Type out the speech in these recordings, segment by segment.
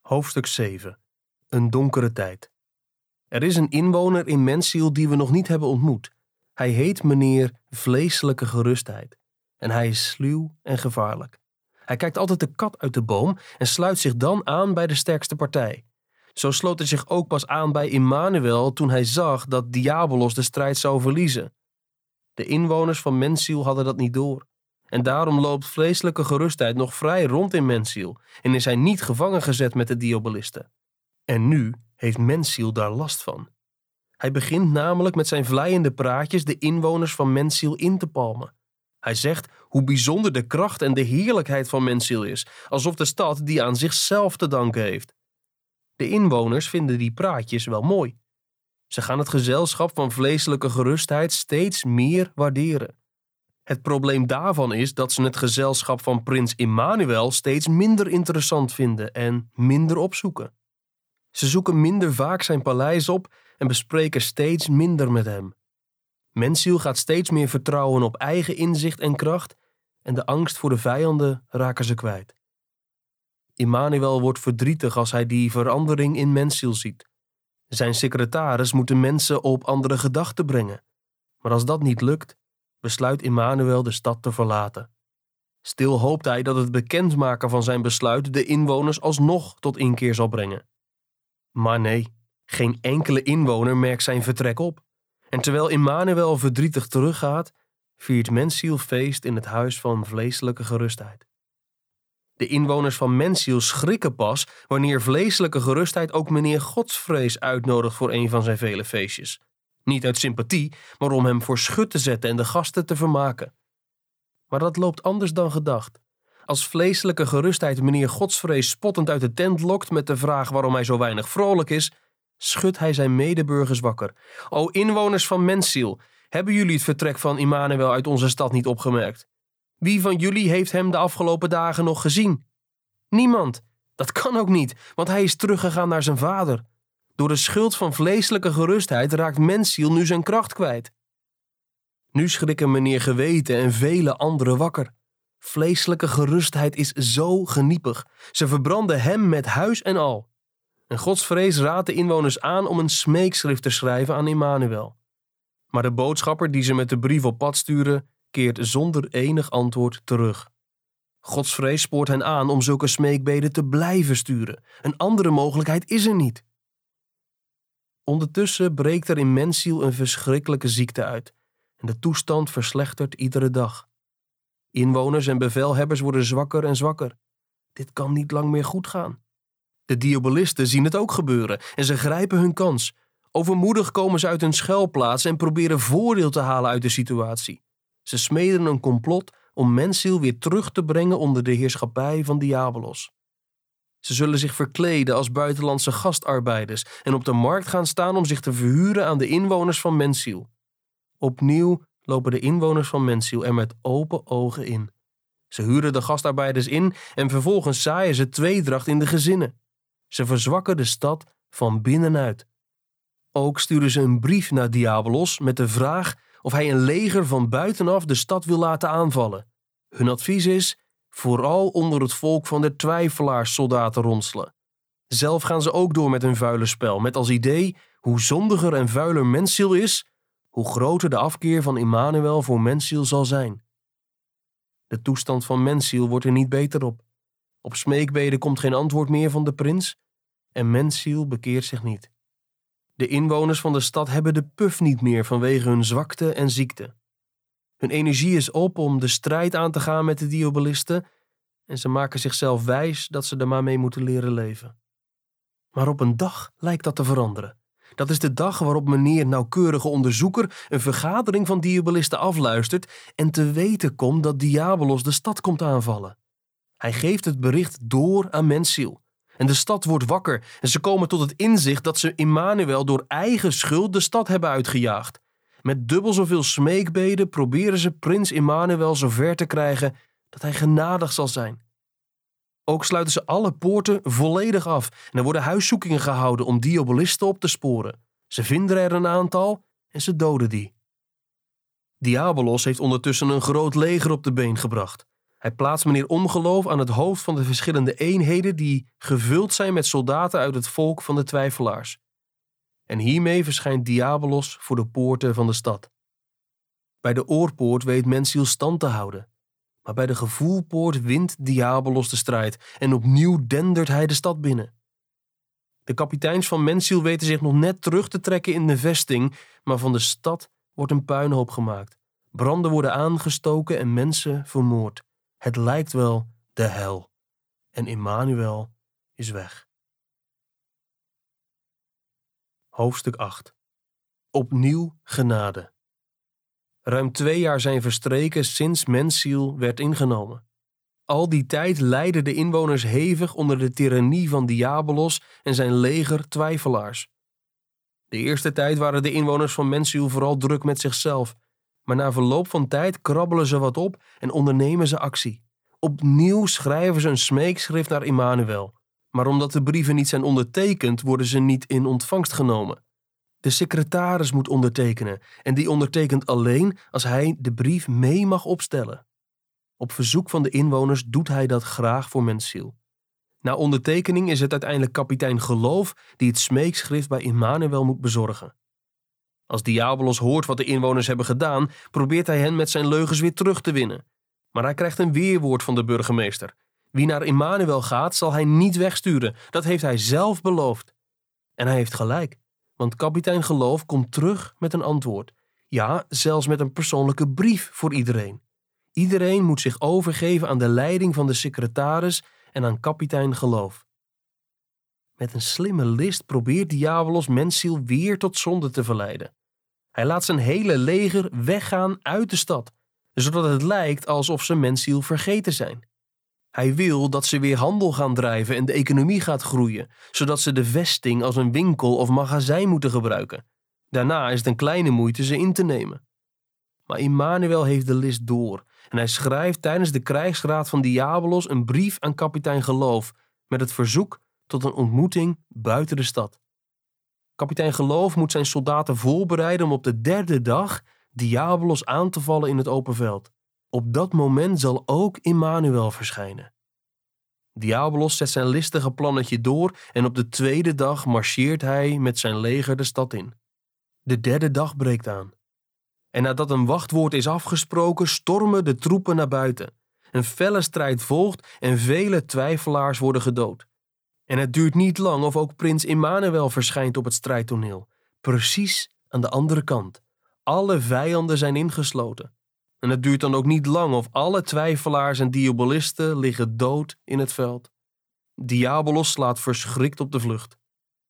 Hoofdstuk 7. Een donkere tijd. Er is een inwoner in Mensiel die we nog niet hebben ontmoet. Hij heet meneer Vleeselijke Gerustheid. En hij is sluw en gevaarlijk. Hij kijkt altijd de kat uit de boom en sluit zich dan aan bij de sterkste partij. Zo sloot hij zich ook pas aan bij Immanuel toen hij zag dat Diabolos de strijd zou verliezen. De inwoners van Mensiel hadden dat niet door. En daarom loopt Vleeselijke Gerustheid nog vrij rond in Mensiel en is hij niet gevangen gezet met de Diabolisten. En nu heeft Mensiel daar last van. Hij begint namelijk met zijn vleiende praatjes de inwoners van Mensiel in te palmen. Hij zegt hoe bijzonder de kracht en de heerlijkheid van Mensiel is, alsof de stad die aan zichzelf te danken heeft. De inwoners vinden die praatjes wel mooi. Ze gaan het gezelschap van Vleeselijke Gerustheid steeds meer waarderen. Het probleem daarvan is dat ze het gezelschap van prins Immanuel steeds minder interessant vinden en minder opzoeken. Ze zoeken minder vaak zijn paleis op en bespreken steeds minder met hem. Mensiel gaat steeds meer vertrouwen op eigen inzicht en kracht en de angst voor de vijanden raken ze kwijt. Immanuel wordt verdrietig als hij die verandering in Mensiel ziet. Zijn secretaris moet de mensen op andere gedachten brengen. Maar als dat niet lukt, besluit Immanuel de stad te verlaten. Stil hoopt hij dat het bekendmaken van zijn besluit de inwoners alsnog tot inkeer zal brengen. Maar nee, geen enkele inwoner merkt zijn vertrek op. En terwijl Immanuel verdrietig teruggaat, viert Mensiel feest in het huis van Vleeselijke Gerustheid. De inwoners van Mensiel schrikken pas wanneer Vleeselijke Gerustheid ook meneer Godsvrees uitnodigt voor een van zijn vele feestjes. Niet uit sympathie, maar om hem voor schut te zetten en de gasten te vermaken. Maar dat loopt anders dan gedacht. Als Vleeselijke Gerustheid meneer Godsvrees spottend uit de tent lokt met de vraag waarom hij zo weinig vrolijk is, schudt hij zijn medeburgers wakker. O inwoners van Mensiel, hebben jullie het vertrek van Immanuel uit onze stad niet opgemerkt? Wie van jullie heeft hem de afgelopen dagen nog gezien? Niemand. Dat kan ook niet, want hij is teruggegaan naar zijn vader. Door de schuld van Vleeselijke Gerustheid raakt Mensiel nu zijn kracht kwijt. Nu schrikken meneer Geweten en vele anderen wakker. Vleeselijke Gerustheid is zo geniepig. Ze verbranden hem met huis en al. En Godsvrees raadt de inwoners aan om een smeekschrift te schrijven aan Immanuel. Maar de boodschapper die ze met de brief op pad sturen, keert zonder enig antwoord terug. Godsvrees spoort hen aan om zulke smeekbeden te blijven sturen. Een andere mogelijkheid is er niet. Ondertussen breekt er in Mensiel een verschrikkelijke ziekte uit en de toestand verslechtert iedere dag. Inwoners en bevelhebbers worden zwakker en zwakker. Dit kan niet lang meer goed gaan. De Diabolisten zien het ook gebeuren en ze grijpen hun kans. Overmoedig komen ze uit hun schuilplaats en proberen voordeel te halen uit de situatie. Ze smeden een complot om Mensiel weer terug te brengen onder de heerschappij van Diabolos. Ze zullen zich verkleden als buitenlandse gastarbeiders en op de markt gaan staan om zich te verhuren aan de inwoners van Mensiel. Opnieuw lopen de inwoners van Mensiel er met open ogen in. Ze huren de gastarbeiders in en vervolgens zaaien ze tweedracht in de gezinnen. Ze verzwakken de stad van binnenuit. Ook sturen ze een brief naar Diabolos met de vraag of hij een leger van buitenaf de stad wil laten aanvallen. Hun advies is vooral onder het volk van de twijfelaars soldaten ronselen. Zelf gaan ze ook door met hun vuile spel, met als idee hoe zondiger en vuiler Mensiel is, hoe groter de afkeer van Immanuel voor Mensiel zal zijn. De toestand van Mensiel wordt er niet beter op. Op smeekbeden komt geen antwoord meer van de prins en Mensiel bekeert zich niet. De inwoners van de stad hebben de puf niet meer vanwege hun zwakte en ziekte. Hun energie is op om de strijd aan te gaan met de Diabolisten en ze maken zichzelf wijs dat ze er maar mee moeten leren leven. Maar op een dag lijkt dat te veranderen. Dat is de dag waarop meneer nauwkeurige onderzoeker een vergadering van Diabolisten afluistert en te weten komt dat Diabolos de stad komt aanvallen. Hij geeft het bericht door aan Mensiel. En de stad wordt wakker en ze komen tot het inzicht dat ze Immanuel door eigen schuld de stad hebben uitgejaagd. Met dubbel zoveel smeekbeden proberen ze prins Immanuel zover te krijgen dat hij genadig zal zijn. Ook sluiten ze alle poorten volledig af en er worden huiszoekingen gehouden om Diabolisten op te sporen. Ze vinden er een aantal en ze doden die. Diabolos heeft ondertussen een groot leger op de been gebracht. Hij plaatst meneer Ongeloof aan het hoofd van de verschillende eenheden die gevuld zijn met soldaten uit het volk van de twijfelaars. En hiermee verschijnt Diabolos voor de poorten van de stad. Bij de oorpoort weet Mensiel stand te houden. Maar bij de gevoelpoort wint Diabolos de strijd en opnieuw dendert hij de stad binnen. De kapiteins van Mensiel weten zich nog net terug te trekken in de vesting, maar van de stad wordt een puinhoop gemaakt. Branden worden aangestoken en mensen vermoord. Het lijkt wel de hel. En Immanuel is weg. Hoofdstuk 8. Opnieuw genade. Ruim 2 jaar zijn verstreken sinds Mensiel werd ingenomen. Al die tijd lijden de inwoners hevig onder de tirannie van Diabolos en zijn leger twijfelaars. De eerste tijd waren de inwoners van Mensiel vooral druk met zichzelf, maar na verloop van tijd krabbelen ze wat op en ondernemen ze actie. Opnieuw schrijven ze een smeekschrift naar Immanuel, maar omdat de brieven niet zijn ondertekend, worden ze niet in ontvangst genomen. De secretaris moet ondertekenen en die ondertekent alleen als hij de brief mee mag opstellen. Op verzoek van de inwoners doet hij dat graag voor Mensiel. Na ondertekening is het uiteindelijk kapitein Geloof die het smeekschrift bij Immanuel moet bezorgen. Als Diabolos hoort wat de inwoners hebben gedaan, probeert hij hen met zijn leugens weer terug te winnen. Maar hij krijgt een weerwoord van de burgemeester. Wie naar Immanuel gaat, zal hij niet wegsturen. Dat heeft hij zelf beloofd. En hij heeft gelijk, want kapitein Geloof komt terug met een antwoord. Ja, zelfs met een persoonlijke brief voor iedereen. Iedereen moet zich overgeven aan de leiding van de secretaris en aan kapitein Geloof. Met een slimme list probeert Diabolos Mensiel weer tot zonde te verleiden. Hij laat zijn hele leger weggaan uit de stad, zodat het lijkt alsof ze Mensiel vergeten zijn. Hij wil dat ze weer handel gaan drijven en de economie gaat groeien, zodat ze de vesting als een winkel of magazijn moeten gebruiken. Daarna is het een kleine moeite ze in te nemen. Maar Immanuel heeft de list door en hij schrijft tijdens de krijgsraad van Diabolos een brief aan kapitein Geloof met het verzoek tot een ontmoeting buiten de stad. Kapitein Geloof moet zijn soldaten voorbereiden om op de 3e dag Diabolos aan te vallen in het open veld. Op dat moment zal ook Immanuel verschijnen. Diabolos zet zijn listige plannetje door en op de 2e dag marcheert hij met zijn leger de stad in. De 3e dag breekt aan. En nadat een wachtwoord is afgesproken, stormen de troepen naar buiten. Een felle strijd volgt en vele twijfelaars worden gedood. En het duurt niet lang of ook prins Immanuel verschijnt op het strijdtoneel. Precies aan de andere kant. Alle vijanden zijn ingesloten. En het duurt dan ook niet lang of alle twijfelaars en diabolisten liggen dood in het veld. Diabolos slaat verschrikt op de vlucht.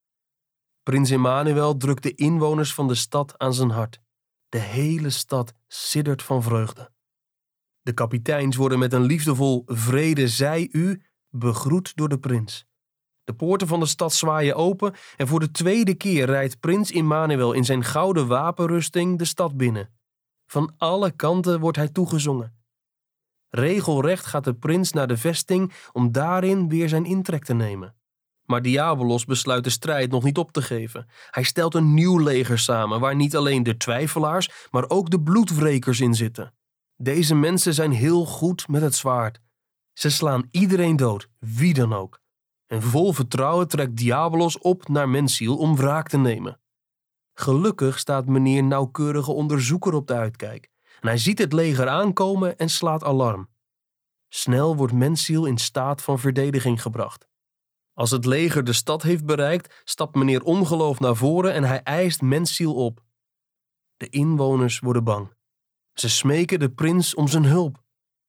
Prins Immanuel drukt de inwoners van de stad aan zijn hart. De hele stad siddert van vreugde. De kapiteins worden met een liefdevol vrede zij u begroet door de prins. De poorten van de stad zwaaien open en voor de 2e keer rijdt prins Immanuel in zijn gouden wapenrusting de stad binnen. Van alle kanten wordt hij toegezongen. Regelrecht gaat de prins naar de vesting om daarin weer zijn intrek te nemen. Maar Diabolos besluit de strijd nog niet op te geven. Hij stelt een nieuw leger samen waar niet alleen de twijfelaars, maar ook de bloedwrekers in zitten. Deze mensen zijn heel goed met het zwaard. Ze slaan iedereen dood, wie dan ook. En vol vertrouwen trekt Diabolos op naar Mensiel om wraak te nemen. Gelukkig staat meneer nauwkeurige onderzoeker op de uitkijk. En hij ziet het leger aankomen en slaat alarm. Snel wordt Mensiel in staat van verdediging gebracht. Als het leger de stad heeft bereikt, stapt meneer Ongeloof naar voren en hij eist Mensiel op. De inwoners worden bang. Ze smeken de prins om zijn hulp.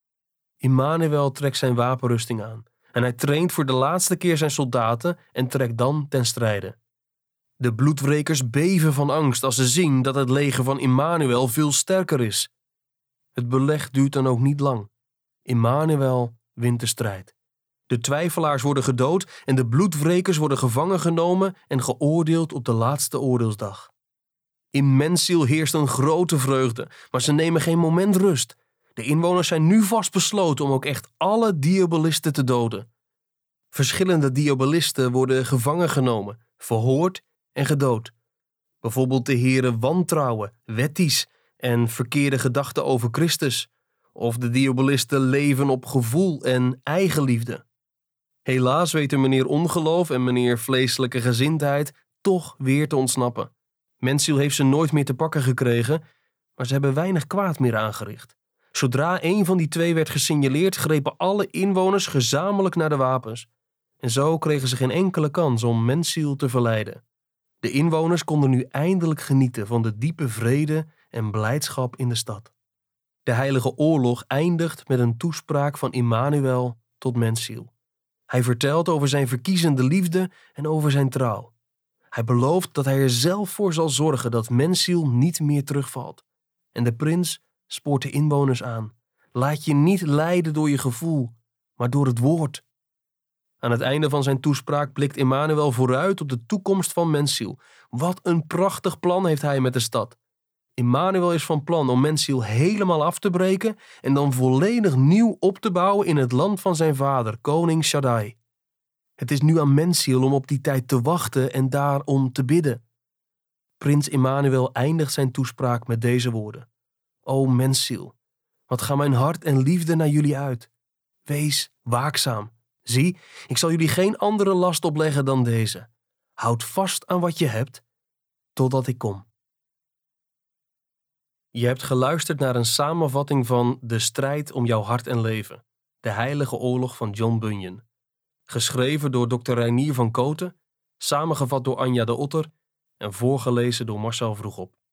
Immanuel trekt zijn wapenrusting aan en hij traint voor de laatste keer zijn soldaten en trekt dan ten strijde. De bloedwrekers beven van angst als ze zien dat het leger van Immanuel veel sterker is. Het beleg duurt dan ook niet lang. Immanuel wint de strijd. De twijfelaars worden gedood en de bloedwrekers worden gevangen genomen en geoordeeld op de laatste oordeelsdag. In Mensiel heerst een grote vreugde, maar ze nemen geen moment rust. De inwoners zijn nu vastbesloten om ook echt alle diabolisten te doden. Verschillende diabolisten worden gevangen genomen, verhoord en gedood. Bijvoorbeeld de heren wantrouwen, wetties en verkeerde gedachten over Christus. Of de diabolisten leven op gevoel en eigenliefde. Helaas weten meneer Ongeloof en meneer Vleeselijke Gezindheid toch weer te ontsnappen. Mensziel heeft ze nooit meer te pakken gekregen, maar ze hebben weinig kwaad meer aangericht. Zodra een van die twee werd gesignaleerd, grepen alle inwoners gezamenlijk naar de wapens. En zo kregen ze geen enkele kans om Mensziel te verleiden. De inwoners konden nu eindelijk genieten van de diepe vrede en blijdschap in de stad. De heilige oorlog eindigt met een toespraak van Immanuel tot Mensziel. Hij vertelt over zijn verkiezende liefde en over zijn trouw. Hij belooft dat hij er zelf voor zal zorgen dat Mensziel niet meer terugvalt. En de prins spoort de inwoners aan. Laat je niet leiden door je gevoel, maar door het woord. Aan het einde van zijn toespraak blikt Immanuel vooruit op de toekomst van Mensziel. Wat een prachtig plan heeft hij met de stad. Immanuel is van plan om Mensziel helemaal af te breken en dan volledig nieuw op te bouwen in het land van zijn vader, koning Shaddai. Het is nu aan Mensziel om op die tijd te wachten en daarom te bidden. Prins Immanuel eindigt zijn toespraak met deze woorden. O Mensziel, wat gaan mijn hart en liefde naar jullie uit. Wees waakzaam. Zie, ik zal jullie geen andere last opleggen dan deze. Houd vast aan wat je hebt, totdat ik kom. Je hebt geluisterd naar een samenvatting van De strijd om jouw hart en leven, de heilige oorlog van John Bunyan. Geschreven door Dr. Reinier van Koten, samengevat door Anja de Otter en voorgelezen door Marcel Vroegop.